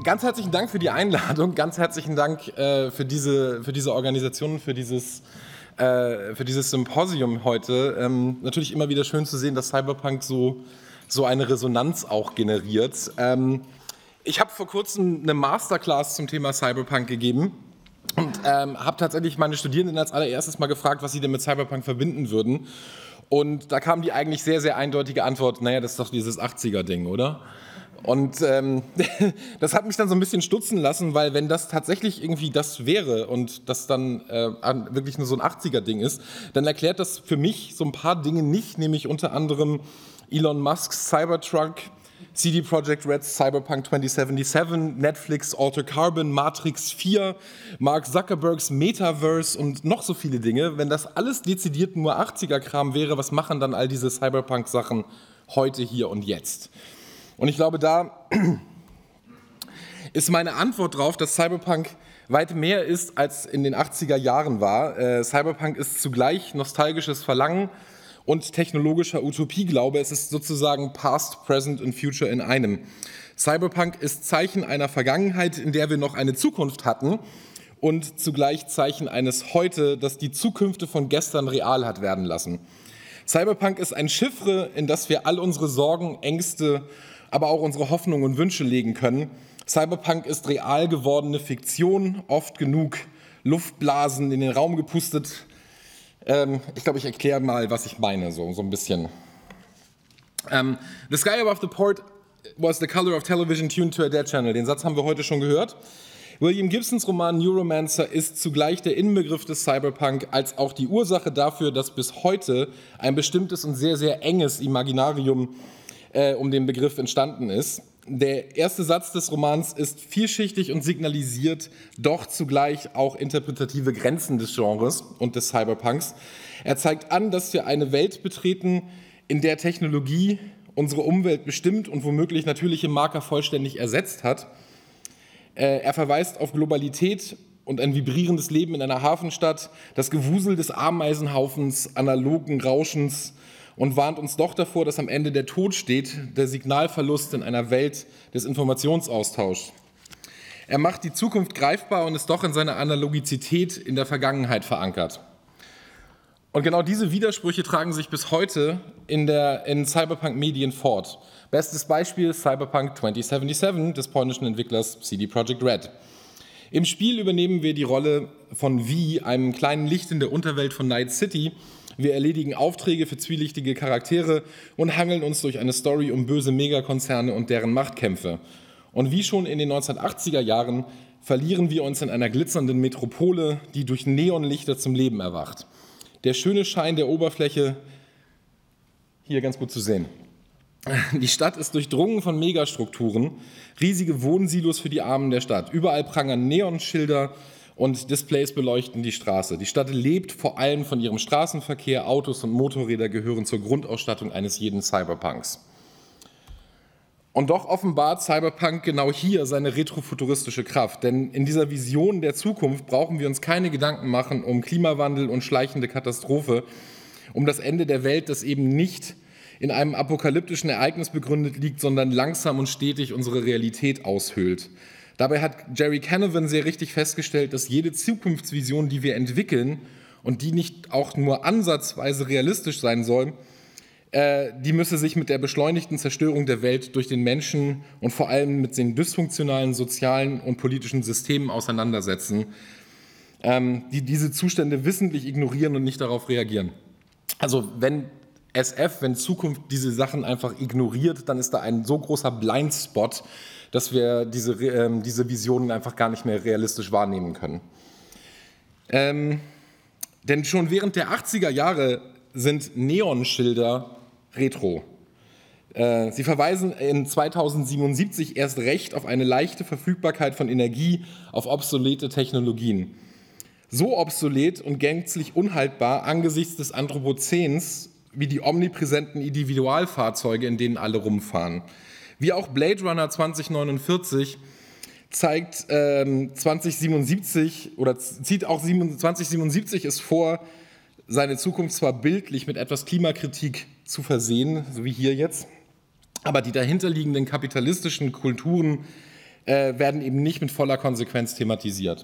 Ganz herzlichen Dank für die Einladung, ganz herzlichen Dank für diese Organisation, für dieses Symposium heute. Natürlich immer wieder schön zu sehen, dass Cyberpunk so eine Resonanz auch generiert. Ich habe vor kurzem eine Masterclass zum Thema Cyberpunk gegeben und habe tatsächlich meine Studierenden als allererstes mal gefragt, was sie denn mit Cyberpunk verbinden würden. Und da kam die eigentlich sehr, sehr eindeutige Antwort, naja, das ist doch dieses 80er-Ding, oder? Und das hat mich dann so ein bisschen stutzen lassen, weil wenn das tatsächlich irgendwie das wäre und das dann wirklich nur so ein 80er-Ding ist, dann erklärt das für mich so ein paar Dinge nicht, nämlich unter anderem Elon Musks Cybertruck, CD Projekt Red's Cyberpunk 2077, Netflix Altered Carbon, Matrix 4, Mark Zuckerbergs Metaverse und noch so viele Dinge. Wenn das alles dezidiert nur 80er-Kram wäre, was machen dann all diese Cyberpunk-Sachen heute, hier und jetzt? Und ich glaube, da ist meine Antwort drauf, dass Cyberpunk weit mehr ist, als in den 80er Jahren war. Cyberpunk ist zugleich nostalgisches Verlangen und technologischer Utopieglaube. Es ist sozusagen Past, Present und Future in einem. Cyberpunk ist Zeichen einer Vergangenheit, in der wir noch eine Zukunft hatten, und zugleich Zeichen eines Heute, das die Zukünfte von gestern real hat werden lassen. Cyberpunk ist ein Chiffre, in das wir all unsere Sorgen, Ängste, aber auch unsere Hoffnungen und Wünsche legen können. Cyberpunk ist real gewordene Fiktion, oft genug Luftblasen in den Raum gepustet. Ich glaube, ich erkläre mal, was ich meine, so ein bisschen. The sky above the port was the color of television tuned to a dead channel. Den Satz haben wir heute schon gehört. William Gibsons Roman Neuromancer ist zugleich der Inbegriff des Cyberpunk als auch die Ursache dafür, dass bis heute ein bestimmtes und sehr, sehr enges Imaginarium um den Begriff entstanden ist. Der erste Satz des Romans ist vielschichtig und signalisiert doch zugleich auch interpretative Grenzen des Genres und des Cyberpunks. Er zeigt an, dass wir eine Welt betreten, in der Technologie unsere Umwelt bestimmt und womöglich natürliche Marker vollständig ersetzt hat. Er verweist auf Globalität und ein vibrierendes Leben in einer Hafenstadt, das Gewusel des Ameisenhaufens, analogen Rauschens, und warnt uns doch davor, dass am Ende der Tod steht, der Signalverlust in einer Welt des Informationsaustauschs. Er macht die Zukunft greifbar und ist doch in seiner Analogizität in der Vergangenheit verankert. Und genau diese Widersprüche tragen sich bis heute in Cyberpunk-Medien fort. Bestes Beispiel Cyberpunk 2077 des polnischen Entwicklers CD Projekt Red. Im Spiel übernehmen wir die Rolle von V, einem kleinen Licht in der Unterwelt von Night City. Wir erledigen Aufträge für zwielichtige Charaktere und hangeln uns durch eine Story um böse Megakonzerne und deren Machtkämpfe. Und wie schon in den 1980er Jahren verlieren wir uns in einer glitzernden Metropole, die durch Neonlichter zum Leben erwacht. Der schöne Schein der Oberfläche, hier ganz gut zu sehen. Die Stadt ist durchdrungen von Megastrukturen, riesige Wohnsilos für die Armen der Stadt. Überall prangern Neonschilder und Displays beleuchten die Straße. Die Stadt lebt vor allem von ihrem Straßenverkehr. Autos und Motorräder gehören zur Grundausstattung eines jeden Cyberpunks. Und doch offenbart Cyberpunk genau hier seine retrofuturistische Kraft. Denn in dieser Vision der Zukunft brauchen wir uns keine Gedanken machen um Klimawandel und schleichende Katastrophe, um das Ende der Welt, das eben nicht in einem apokalyptischen Ereignis begründet liegt, sondern langsam und stetig unsere Realität aushöhlt. Dabei hat Jerry Canavan sehr richtig festgestellt, dass jede Zukunftsvision, die wir entwickeln und die nicht auch nur ansatzweise realistisch sein soll, die müsse sich mit der beschleunigten Zerstörung der Welt durch den Menschen und vor allem mit den dysfunktionalen sozialen und politischen Systemen auseinandersetzen, die diese Zustände wissentlich ignorieren und nicht darauf reagieren. Also wenn Zukunft diese Sachen einfach ignoriert, dann ist da ein so großer Blindspot, dass wir diese Visionen einfach gar nicht mehr realistisch wahrnehmen können. Denn schon während der 80er Jahre sind Neonschilder retro. Sie verweisen in 2077 erst recht auf eine leichte Verfügbarkeit von Energie, auf obsolete Technologien. So obsolet und gänzlich unhaltbar angesichts des Anthropozäns wie die omnipräsenten Individualfahrzeuge, in denen alle rumfahren. Wie auch Blade Runner 2049 zeigt 2077 es vor, seine Zukunft zwar bildlich mit etwas Klimakritik zu versehen, so wie hier jetzt, aber die dahinterliegenden kapitalistischen Kulturen werden eben nicht mit voller Konsequenz thematisiert.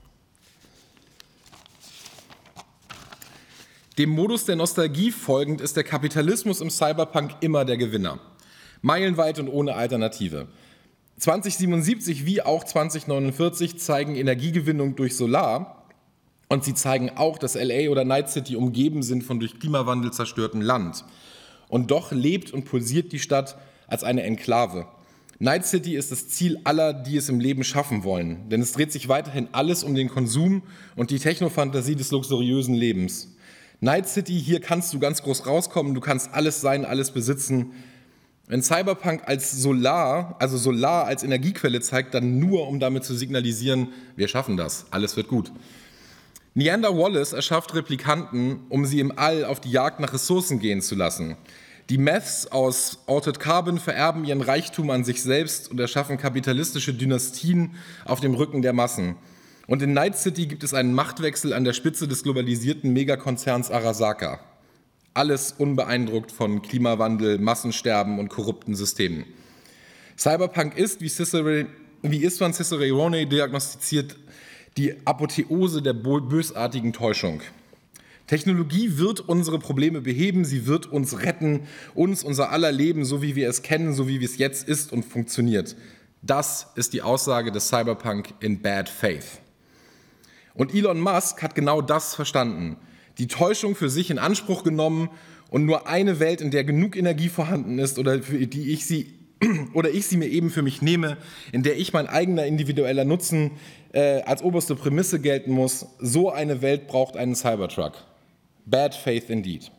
Dem Modus der Nostalgie folgend ist der Kapitalismus im Cyberpunk immer der Gewinner. Meilenweit und ohne Alternative. 2077 wie auch 2049 zeigen Energiegewinnung durch Solar und sie zeigen auch, dass LA oder Night City umgeben sind von durch Klimawandel zerstörtem Land. Und doch lebt und pulsiert die Stadt als eine Enklave. Night City ist das Ziel aller, die es im Leben schaffen wollen, denn es dreht sich weiterhin alles um den Konsum und die Technofantasie des luxuriösen Lebens. Night City, hier kannst du ganz groß rauskommen, du kannst alles sein, alles besitzen. Wenn Cyberpunk als Solar als Energiequelle zeigt, dann nur, um damit zu signalisieren, wir schaffen das, alles wird gut. Neander Wallace erschafft Replikanten, um sie im All auf die Jagd nach Ressourcen gehen zu lassen. Die Meths aus Altered Carbon vererben ihren Reichtum an sich selbst und erschaffen kapitalistische Dynastien auf dem Rücken der Massen. Und in Night City gibt es einen Machtwechsel an der Spitze des globalisierten Megakonzerns Arasaka. Alles unbeeindruckt von Klimawandel, Massensterben und korrupten Systemen. Cyberpunk ist, wie Istvan Cicerone diagnostiziert, die Apotheose der bösartigen Täuschung. Technologie wird unsere Probleme beheben, sie wird uns retten, uns unser aller Leben, so wie wir es kennen, so wie es jetzt ist und funktioniert. Das ist die Aussage des Cyberpunk in Bad Faith. Und Elon Musk hat genau das verstanden. Die Täuschung für sich in Anspruch genommen und nur eine Welt, in der genug Energie vorhanden ist oder für die ich sie mir eben für mich nehme, in der ich mein eigener individueller Nutzen als oberste Prämisse gelten muss, so eine Welt braucht einen Cybertruck. Bad faith indeed.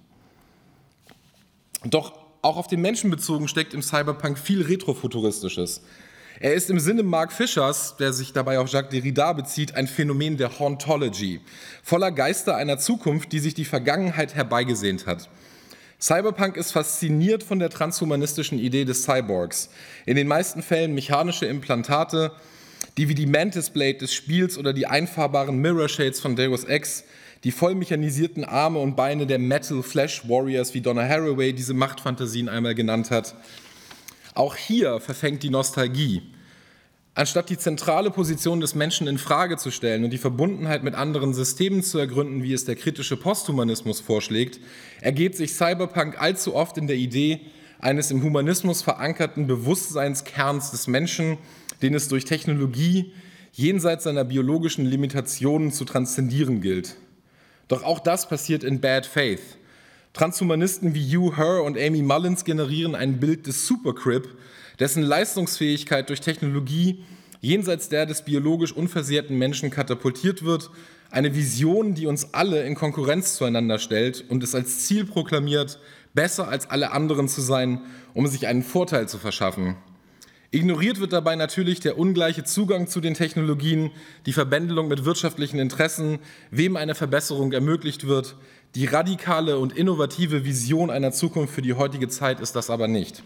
Doch auch auf den Menschen bezogen steckt im Cyberpunk viel Retrofuturistisches. Er ist im Sinne Mark Fischers, der sich dabei auf Jacques Derrida bezieht, ein Phänomen der Hauntology, voller Geister einer Zukunft, die sich die Vergangenheit herbeigesehnt hat. Cyberpunk ist fasziniert von der transhumanistischen Idee des Cyborgs. In den meisten Fällen mechanische Implantate, die wie die Mantis Blade des Spiels oder die einfahrbaren Mirror Shades von Deus Ex, die voll mechanisierten Arme und Beine der Metal Flash Warriors, wie Donna Haraway diese Machtfantasien einmal genannt hat. Auch hier verfängt die Nostalgie. Anstatt die zentrale Position des Menschen in Frage zu stellen und die Verbundenheit mit anderen Systemen zu ergründen, wie es der kritische Posthumanismus vorschlägt, ergeht sich Cyberpunk allzu oft in der Idee eines im Humanismus verankerten Bewusstseinskerns des Menschen, den es durch Technologie jenseits seiner biologischen Limitationen zu transzendieren gilt. Doch auch das passiert in Bad Faith. Transhumanisten wie Hugh Herr und Amy Mullins generieren ein Bild des Supercrip, dessen Leistungsfähigkeit durch Technologie jenseits der des biologisch unversehrten Menschen katapultiert wird, eine Vision, die uns alle in Konkurrenz zueinander stellt und es als Ziel proklamiert, besser als alle anderen zu sein, um sich einen Vorteil zu verschaffen. Ignoriert wird dabei natürlich der ungleiche Zugang zu den Technologien, die Verbändelung mit wirtschaftlichen Interessen, wem eine Verbesserung ermöglicht wird. Die radikale und innovative Vision einer Zukunft für die heutige Zeit ist das aber nicht.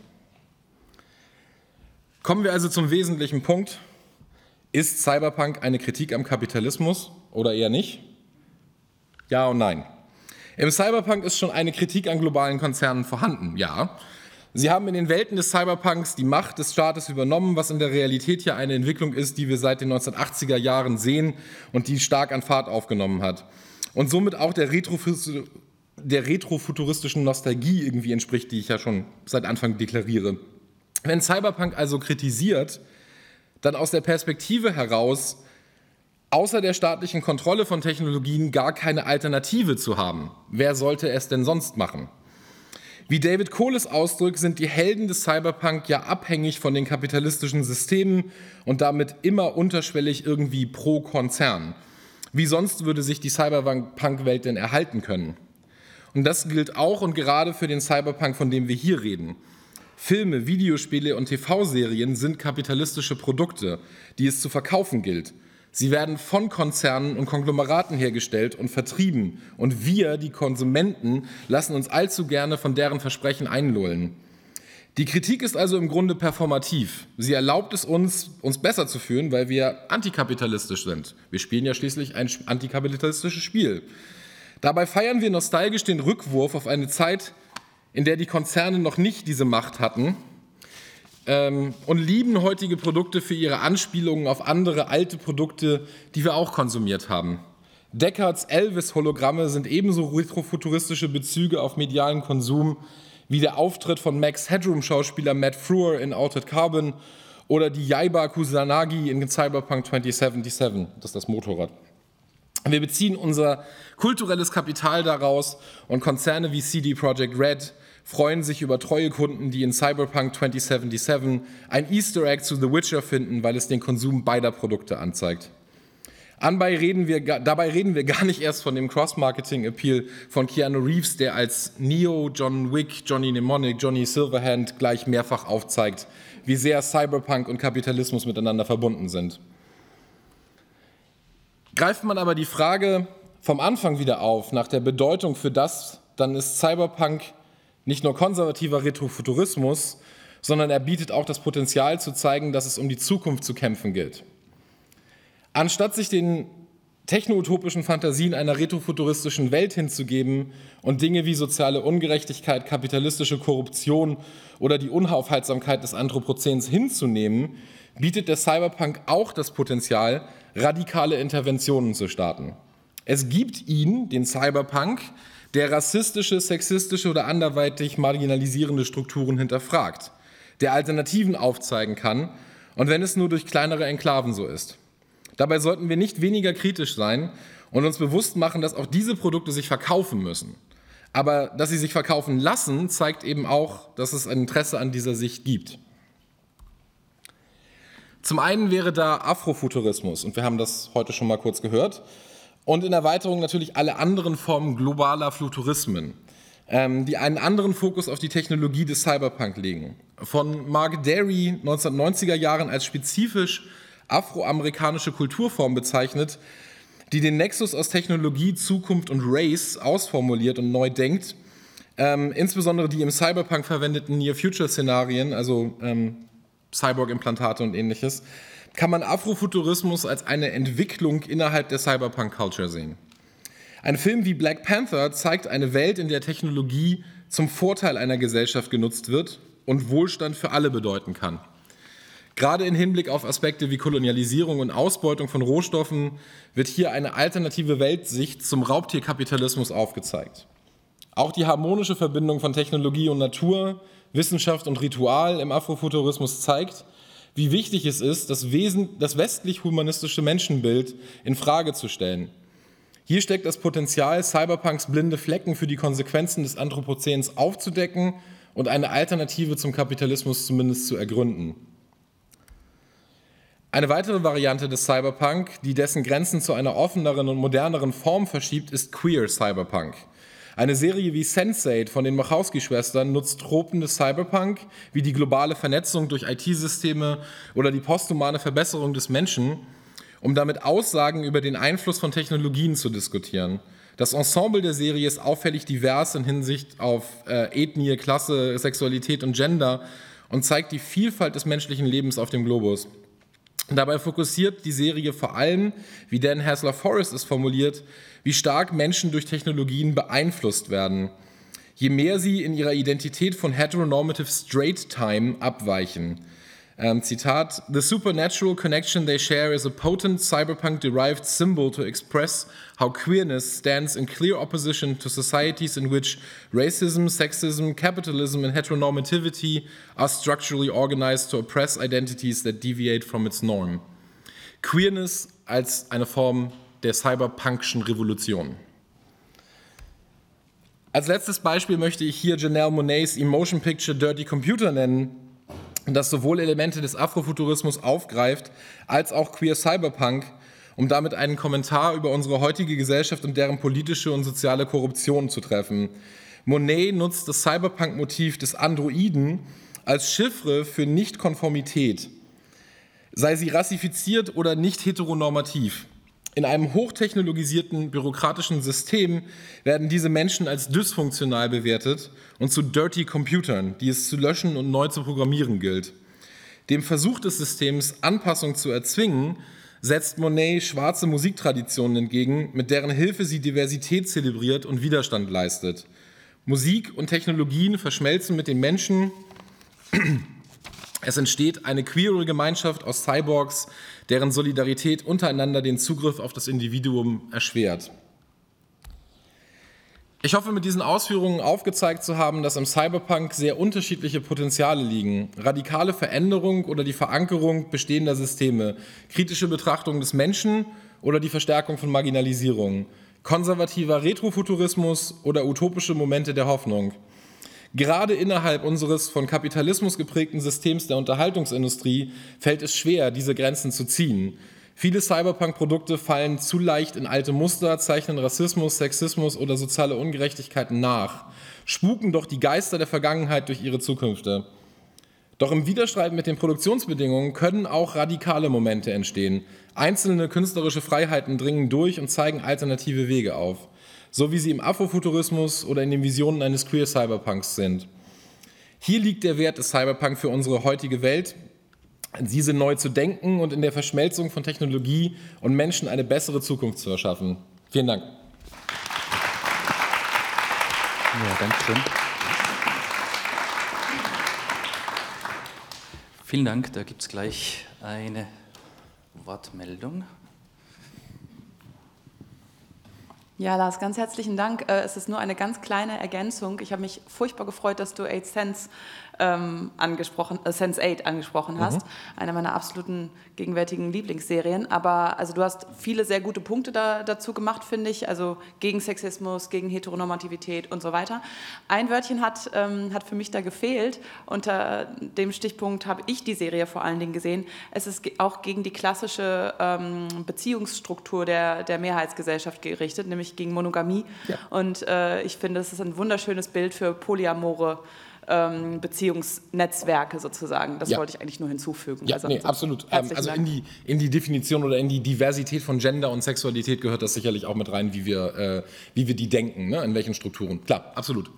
Kommen wir also zum wesentlichen Punkt. Ist Cyberpunk eine Kritik am Kapitalismus oder eher nicht? Ja und nein. Im Cyberpunk ist schon eine Kritik an globalen Konzernen vorhanden, ja. Sie haben in den Welten des Cyberpunks die Macht des Staates übernommen, was in der Realität ja eine Entwicklung ist, die wir seit den 1980er Jahren sehen und die stark an Fahrt aufgenommen hat. Und somit auch der retrofuturistischen Nostalgie irgendwie entspricht, die ich ja schon seit Anfang deklariere. Wenn Cyberpunk also kritisiert, dann aus der Perspektive heraus, außer der staatlichen Kontrolle von Technologien gar keine Alternative zu haben. Wer sollte es denn sonst machen? Wie David Kohles ausdrückt, sind die Helden des Cyberpunk ja abhängig von den kapitalistischen Systemen und damit immer unterschwellig irgendwie pro Konzern. Wie sonst würde sich die Cyberpunk-Welt denn erhalten können? Und das gilt auch und gerade für den Cyberpunk, von dem wir hier reden. Filme, Videospiele und TV-Serien sind kapitalistische Produkte, die es zu verkaufen gilt. Sie werden von Konzernen und Konglomeraten hergestellt und vertrieben. Und wir, die Konsumenten, lassen uns allzu gerne von deren Versprechen einlullen. Die Kritik ist also im Grunde performativ. Sie erlaubt es uns besser zu fühlen, weil wir antikapitalistisch sind. Wir spielen ja schließlich ein antikapitalistisches Spiel. Dabei feiern wir nostalgisch den Rückwurf auf eine Zeit, in der die Konzerne noch nicht diese Macht hatten, und lieben heutige Produkte für ihre Anspielungen auf andere alte Produkte, die wir auch konsumiert haben. Deckards Elvis-Hologramme sind ebenso retrofuturistische Bezüge auf medialen Konsum wie der Auftritt von Max Headroom-Schauspieler Matt Frewer in Altered Carbon oder die Yaiba Kusanagi in Cyberpunk 2077, das ist das Motorrad. Wir beziehen unser kulturelles Kapital daraus und Konzerne wie CD Projekt Red freuen sich über treue Kunden, die in Cyberpunk 2077 ein Easter Egg zu The Witcher finden, weil es den Konsum beider Produkte anzeigt. Dabei reden wir gar nicht erst von dem Cross-Marketing-Appeal von Keanu Reeves, der als Neo, John Wick, Johnny Mnemonic, Johnny Silverhand gleich mehrfach aufzeigt, wie sehr Cyberpunk und Kapitalismus miteinander verbunden sind. Greift man aber die Frage vom Anfang wieder auf, nach der Bedeutung für das, dann ist Cyberpunk nicht nur konservativer Retrofuturismus, sondern er bietet auch das Potenzial zu zeigen, dass es um die Zukunft zu kämpfen gilt. Anstatt sich den techno-utopischen Fantasien einer retrofuturistischen Welt hinzugeben und Dinge wie soziale Ungerechtigkeit, kapitalistische Korruption oder die Unaufhaltsamkeit des Anthropozäns hinzunehmen, bietet der Cyberpunk auch das Potenzial, radikale Interventionen zu starten. Es gibt ihn, den Cyberpunk, der rassistische, sexistische oder anderweitig marginalisierende Strukturen hinterfragt, der Alternativen aufzeigen kann und wenn es nur durch kleinere Enklaven so ist. Dabei sollten wir nicht weniger kritisch sein und uns bewusst machen, dass auch diese Produkte sich verkaufen müssen. Aber dass sie sich verkaufen lassen, zeigt eben auch, dass es ein Interesse an dieser Sicht gibt. Zum einen wäre da Afrofuturismus, und wir haben das heute schon mal kurz gehört, und in Erweiterung natürlich alle anderen Formen globaler Futurismen, die einen anderen Fokus auf die Technologie des Cyberpunk legen. Von Mark Derry 1990er Jahren als spezifisch afroamerikanische Kulturform bezeichnet, die den Nexus aus Technologie, Zukunft und Race ausformuliert und neu denkt, insbesondere die im Cyberpunk verwendeten Near-Future-Szenarien, also Cyborg-Implantate und ähnliches, kann man Afrofuturismus als eine Entwicklung innerhalb der Cyberpunk-Culture sehen. Ein Film wie Black Panther zeigt eine Welt, in der Technologie zum Vorteil einer Gesellschaft genutzt wird und Wohlstand für alle bedeuten kann. Gerade im Hinblick auf Aspekte wie Kolonialisierung und Ausbeutung von Rohstoffen wird hier eine alternative Weltsicht zum Raubtierkapitalismus aufgezeigt. Auch die harmonische Verbindung von Technologie und Natur, Wissenschaft und Ritual im Afrofuturismus zeigt, wie wichtig es ist, das westlich-humanistische Menschenbild in Frage zu stellen. Hier steckt das Potenzial, Cyberpunks blinde Flecken für die Konsequenzen des Anthropozäns aufzudecken und eine Alternative zum Kapitalismus zumindest zu ergründen. Eine weitere Variante des Cyberpunk, die dessen Grenzen zu einer offeneren und moderneren Form verschiebt, ist Queer Cyberpunk. Eine Serie wie Sense8 von den Wachowski-Schwestern nutzt Tropen des Cyberpunk, wie die globale Vernetzung durch IT-Systeme oder die posthumane Verbesserung des Menschen, um damit Aussagen über den Einfluss von Technologien zu diskutieren. Das Ensemble der Serie ist auffällig divers in Hinsicht auf Ethnie, Klasse, Sexualität und Gender und zeigt die Vielfalt des menschlichen Lebens auf dem Globus. Dabei fokussiert die Serie vor allem, wie Dan Hasler-Forrest es formuliert, wie stark Menschen durch Technologien beeinflusst werden, je mehr sie in ihrer Identität von heteronormative straight time abweichen. Zitat: "The supernatural connection they share is a potent cyberpunk-derived symbol to express how queerness stands in clear opposition to societies in which racism, sexism, capitalism and heteronormativity are structurally organized to oppress identities that deviate from its norm." Queerness als eine Form der cyberpunkischen Revolution. Als letztes Beispiel möchte ich hier Janelle Monáes Emotion Picture Dirty Computer nennen, das sowohl Elemente des Afrofuturismus aufgreift, als auch Queer Cyberpunk, um damit einen Kommentar über unsere heutige Gesellschaft und deren politische und soziale Korruption zu treffen. Monet nutzt das Cyberpunk-Motiv des Androiden als Chiffre für Nichtkonformität, sei sie rassifiziert oder nicht heteronormativ. In einem hochtechnologisierten, bürokratischen System werden diese Menschen als dysfunktional bewertet und zu Dirty Computern, die es zu löschen und neu zu programmieren gilt. Dem Versuch des Systems, Anpassung zu erzwingen, setzt Monet schwarze Musiktraditionen entgegen, mit deren Hilfe sie Diversität zelebriert und Widerstand leistet. Musik und Technologien verschmelzen mit den Menschen Es entsteht eine queere Gemeinschaft aus Cyborgs, deren Solidarität untereinander den Zugriff auf das Individuum erschwert. Ich hoffe, mit diesen Ausführungen aufgezeigt zu haben, dass im Cyberpunk sehr unterschiedliche Potenziale liegen. Radikale Veränderung oder die Verankerung bestehender Systeme, kritische Betrachtung des Menschen oder die Verstärkung von Marginalisierung, konservativer Retrofuturismus oder utopische Momente der Hoffnung. Gerade innerhalb unseres von Kapitalismus geprägten Systems der Unterhaltungsindustrie fällt es schwer, diese Grenzen zu ziehen. Viele Cyberpunk-Produkte fallen zu leicht in alte Muster, zeichnen Rassismus, Sexismus oder soziale Ungerechtigkeiten nach, spuken doch die Geister der Vergangenheit durch ihre Zukünfte. Doch im Widerstreit mit den Produktionsbedingungen können auch radikale Momente entstehen. Einzelne künstlerische Freiheiten dringen durch und zeigen alternative Wege auf, so wie sie im Afrofuturismus oder in den Visionen eines Queer Cyberpunks sind. Hier liegt der Wert des Cyberpunk für unsere heutige Welt, diese neu zu denken und in der Verschmelzung von Technologie und Menschen eine bessere Zukunft zu erschaffen. Vielen Dank. Ja, danke schön. Vielen Dank, da gibt es gleich eine Wortmeldung. Ja, Lars, ganz herzlichen Dank. Es ist nur eine ganz kleine Ergänzung. Ich habe mich furchtbar gefreut, dass du Sense8 angesprochen hast. Eine meiner absoluten gegenwärtigen Lieblingsserien. Aber also du hast viele sehr gute Punkte dazu gemacht, finde ich. Also gegen Sexismus, gegen Heteronormativität und so weiter. Ein Wörtchen hat für mich da gefehlt. Unter dem Stichpunkt habe ich die Serie vor allen Dingen gesehen. Es ist auch gegen die klassische Beziehungsstruktur der Mehrheitsgesellschaft gerichtet, nämlich gegen Monogamie. Ja. Und ich finde, es ist ein wunderschönes Bild für polyamore Beziehungsnetzwerke sozusagen. Das wollte ich eigentlich nur hinzufügen. Ja, also, absolut. Also in die Definition oder in die Diversität von Gender und Sexualität gehört das sicherlich auch mit rein, wie wir die denken, ne? In welchen Strukturen. Klar, absolut.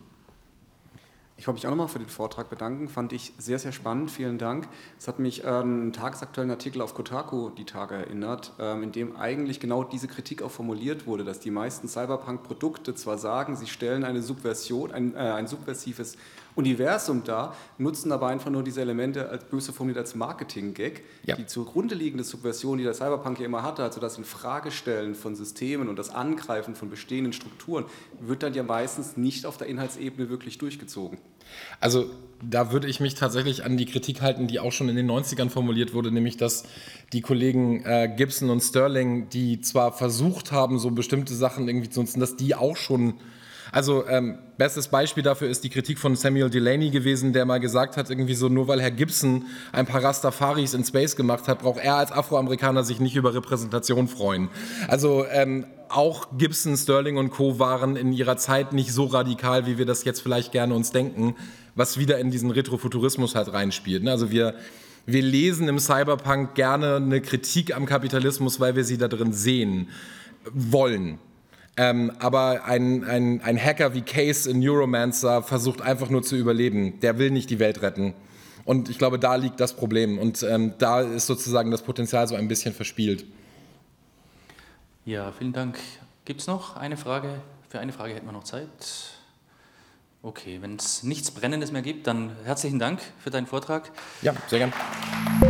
Ich wollte mich auch nochmal für den Vortrag bedanken, fand ich sehr, sehr spannend, vielen Dank. Es hat mich an einen tagesaktuellen Artikel auf Kotaku die Tage erinnert, in dem eigentlich genau diese Kritik auch formuliert wurde, dass die meisten Cyberpunk-Produkte zwar sagen, sie stellen eine Subversion, ein subversives Universum dar, nutzen aber einfach nur diese Elemente als böse formuliert als Marketing-Gag. Ja. Die zugrunde liegende Subversion, die der Cyberpunk ja immer hatte, also das Infragestellen von Systemen und das Angreifen von bestehenden Strukturen, wird dann ja meistens nicht auf der Inhaltsebene wirklich durchgezogen. Also da würde ich mich tatsächlich an die Kritik halten, die auch schon in den 90ern formuliert wurde, nämlich dass die Kollegen Gibson und Sterling, die zwar versucht haben, so bestimmte Sachen irgendwie zu nutzen, dass die auch schon... Also bestes Beispiel dafür ist die Kritik von Samuel Delaney gewesen, der mal gesagt hat, irgendwie so, nur weil Herr Gibson ein paar Rastafaris in Space gemacht hat, braucht er als Afroamerikaner sich nicht über Repräsentation freuen. Also auch Gibson, Sterling und Co. waren in ihrer Zeit nicht so radikal, wie wir das jetzt vielleicht gerne uns denken, was wieder in diesen Retrofuturismus halt reinspielt. Also wir lesen im Cyberpunk gerne eine Kritik am Kapitalismus, weil wir sie da drin sehen wollen. Aber ein Hacker wie Case in Neuromancer versucht einfach nur zu überleben. Der will nicht die Welt retten. Und ich glaube, da liegt das Problem. Und da ist sozusagen das Potenzial so ein bisschen verspielt. Ja, vielen Dank. Gibt es noch eine Frage? Für eine Frage hätten wir noch Zeit. Okay, wenn es nichts Brennendes mehr gibt, dann herzlichen Dank für deinen Vortrag. Ja, sehr gern.